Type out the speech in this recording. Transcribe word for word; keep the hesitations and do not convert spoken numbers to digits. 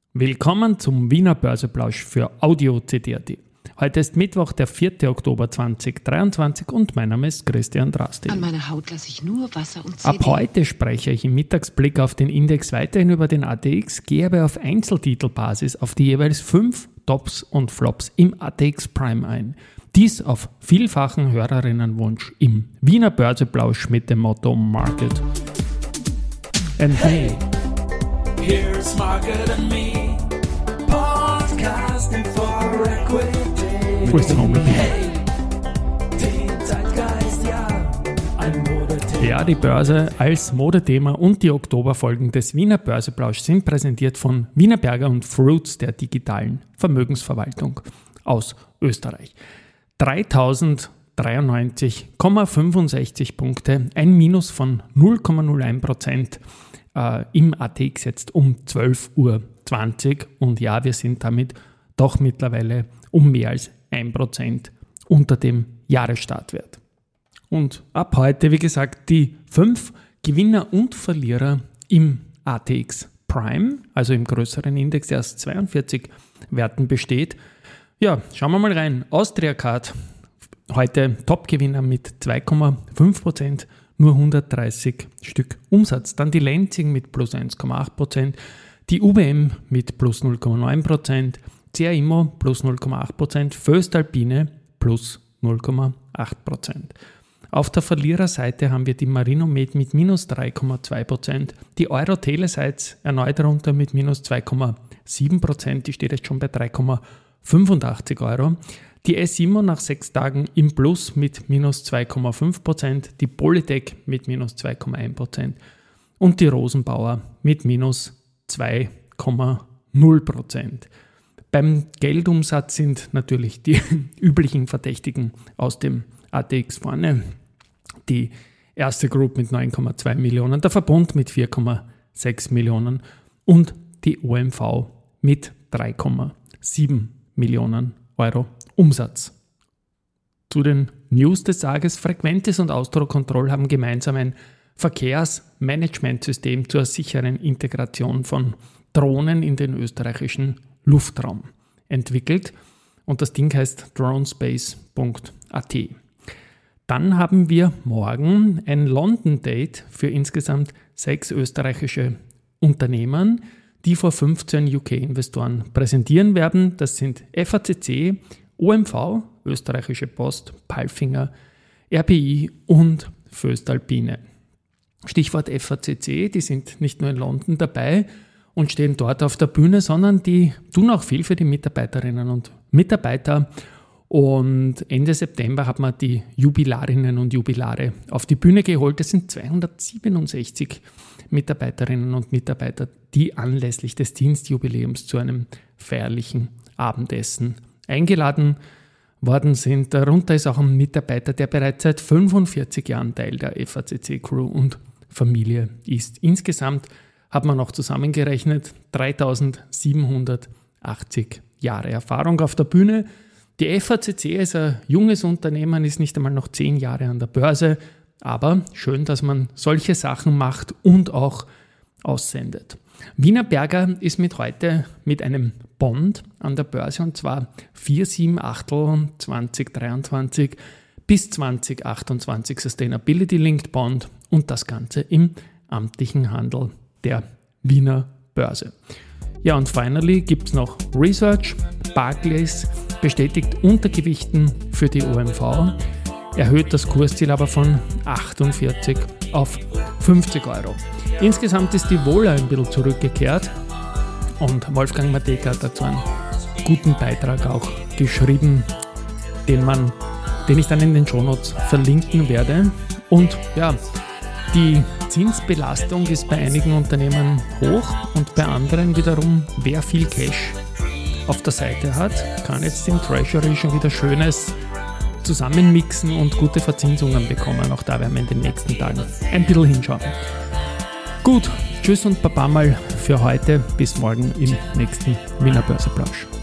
Willkommen zum Wiener Börseplausch für Audio C D punkt A T. Heute ist Mittwoch, der vierter Oktober zweitausenddreiundzwanzig und mein Name ist Christian Drastil. An meiner Haut lasse ich nur Wasser und C D. Ab heute spreche ich im Mittagsblick auf den Index weiterhin über den A T X, gehe aber auf Einzeltitelbasis auf die jeweils fünf Tops und Flops im A T X Prime ein. Dies auf vielfachen Hörerinnenwunsch im Wiener Börseplausch mit dem Motto Market and Hey, here's Market and Me, podcasting for equity. Hey, den Zeitgeist, ja, ein Modethema. Ja, die Börse als Modethema und die Oktoberfolgen des Wiener Börseplausch sind präsentiert von Wienerberger und Fruits der digitalen Vermögensverwaltung aus Österreich. dreitausenddreiundneunzig Komma fünfundsechzig Punkte, ein Minus von null Komma null eins Prozent äh, im A T X jetzt um zwölf Uhr zwanzig und ja, wir sind damit doch mittlerweile um mehr als ein Prozent unter dem Jahresstartwert. Und ab heute, wie gesagt, die fünf Gewinner und Verlierer im A T X Prime, also im größeren Index, der aus zweiundvierzig Werten besteht. Ja, schauen wir mal rein. Austriacard, heute Topgewinner mit zwei Komma fünf Prozent, nur hundertdreißig Stück Umsatz. Dann die Lenzing mit plus eins Komma acht Prozent, die U B M mit plus null Komma neun Prozent, C A Immo plus null Komma acht Prozent, Voestalpine plus null Komma acht Prozent. Auf der Verliererseite haben wir die Marinomed mit minus drei Komma zwei Prozent, die Euro-Telesites erneut runter mit minus zwei Komma sieben Prozent, die steht jetzt schon bei drei Komma fünfundachtzig Euro. Die S I M O nach sechs Tagen im Plus mit minus zwei Komma fünf Prozent, die Polytech mit minus zwei Komma eins Prozent und die Rosenbauer mit minus zwei Komma null Prozent. Beim Geldumsatz sind natürlich die üblichen Verdächtigen aus dem A T X vorne. Die erste Group mit neun Komma zwei Millionen, der Verbund mit vier Komma sechs Millionen und die O M V mit drei Komma sieben Millionen Euro Umsatz. Zu den News des Tages: Frequentis und Austrocontrol haben gemeinsam ein Verkehrsmanagementsystem zur sicheren Integration von Drohnen in den österreichischen Luftraum entwickelt und das Ding heißt dronespace punkt A T. Dann haben wir morgen ein London-Date für insgesamt sechs österreichische Unternehmen, die vor fünfzehn U K-Investoren präsentieren werden. Das sind F A C C, O M V, Österreichische Post, Palfinger, R B I und Voestalpine. Stichwort F A C C, die sind nicht nur in London dabei und stehen dort auf der Bühne, sondern die tun auch viel für die Mitarbeiterinnen und Mitarbeiter. Und Ende September hat man die Jubilarinnen und Jubilare auf die Bühne geholt. Das sind zweihundertsiebenundsechzig Mitarbeiterinnen und Mitarbeiter, die anlässlich des Dienstjubiläums zu einem feierlichen Abendessen eingeladen worden sind. Darunter ist auch ein Mitarbeiter, der bereits seit fünfundvierzig Jahren Teil der F A C C-Crew und Familie ist. Insgesamt hat man noch zusammengerechnet dreitausendsiebenhundertachtzig Jahre Erfahrung auf der Bühne. Die F A C C ist ein junges Unternehmen, ist nicht einmal noch zehn Jahre an der Börse, aber schön, dass man solche Sachen macht und auch aussendet. Wienerberger ist mit heute mit einem Bond an der Börse und zwar vier Komma sieben Achtel zwanzig dreiundzwanzig bis zwanzig achtundzwanzig Sustainability Linked Bond und das Ganze im amtlichen Handel der Wiener Börse. Ja, und finally gibt es noch Research. Barclays bestätigt Untergewichten für die O M V, erhöht das Kursziel aber von achtundvierzig auf fünfzig Euro. Insgesamt ist die Vola ein bisschen zurückgekehrt und Wolfgang Matejka hat dazu einen guten Beitrag auch geschrieben, den, man, den ich dann in den Shownotes verlinken werde. Und ja, die Zinsbelastung ist bei einigen Unternehmen hoch und bei anderen wiederum, wer viel Cash auf der Seite hat, kann jetzt im Treasury schon wieder Schönes zusammenmixen und gute Verzinsungen bekommen. Auch da werden wir in den nächsten Tagen ein bisschen hinschauen. Gut, tschüss und baba mal für heute. Bis morgen im nächsten Wiener Börseplausch.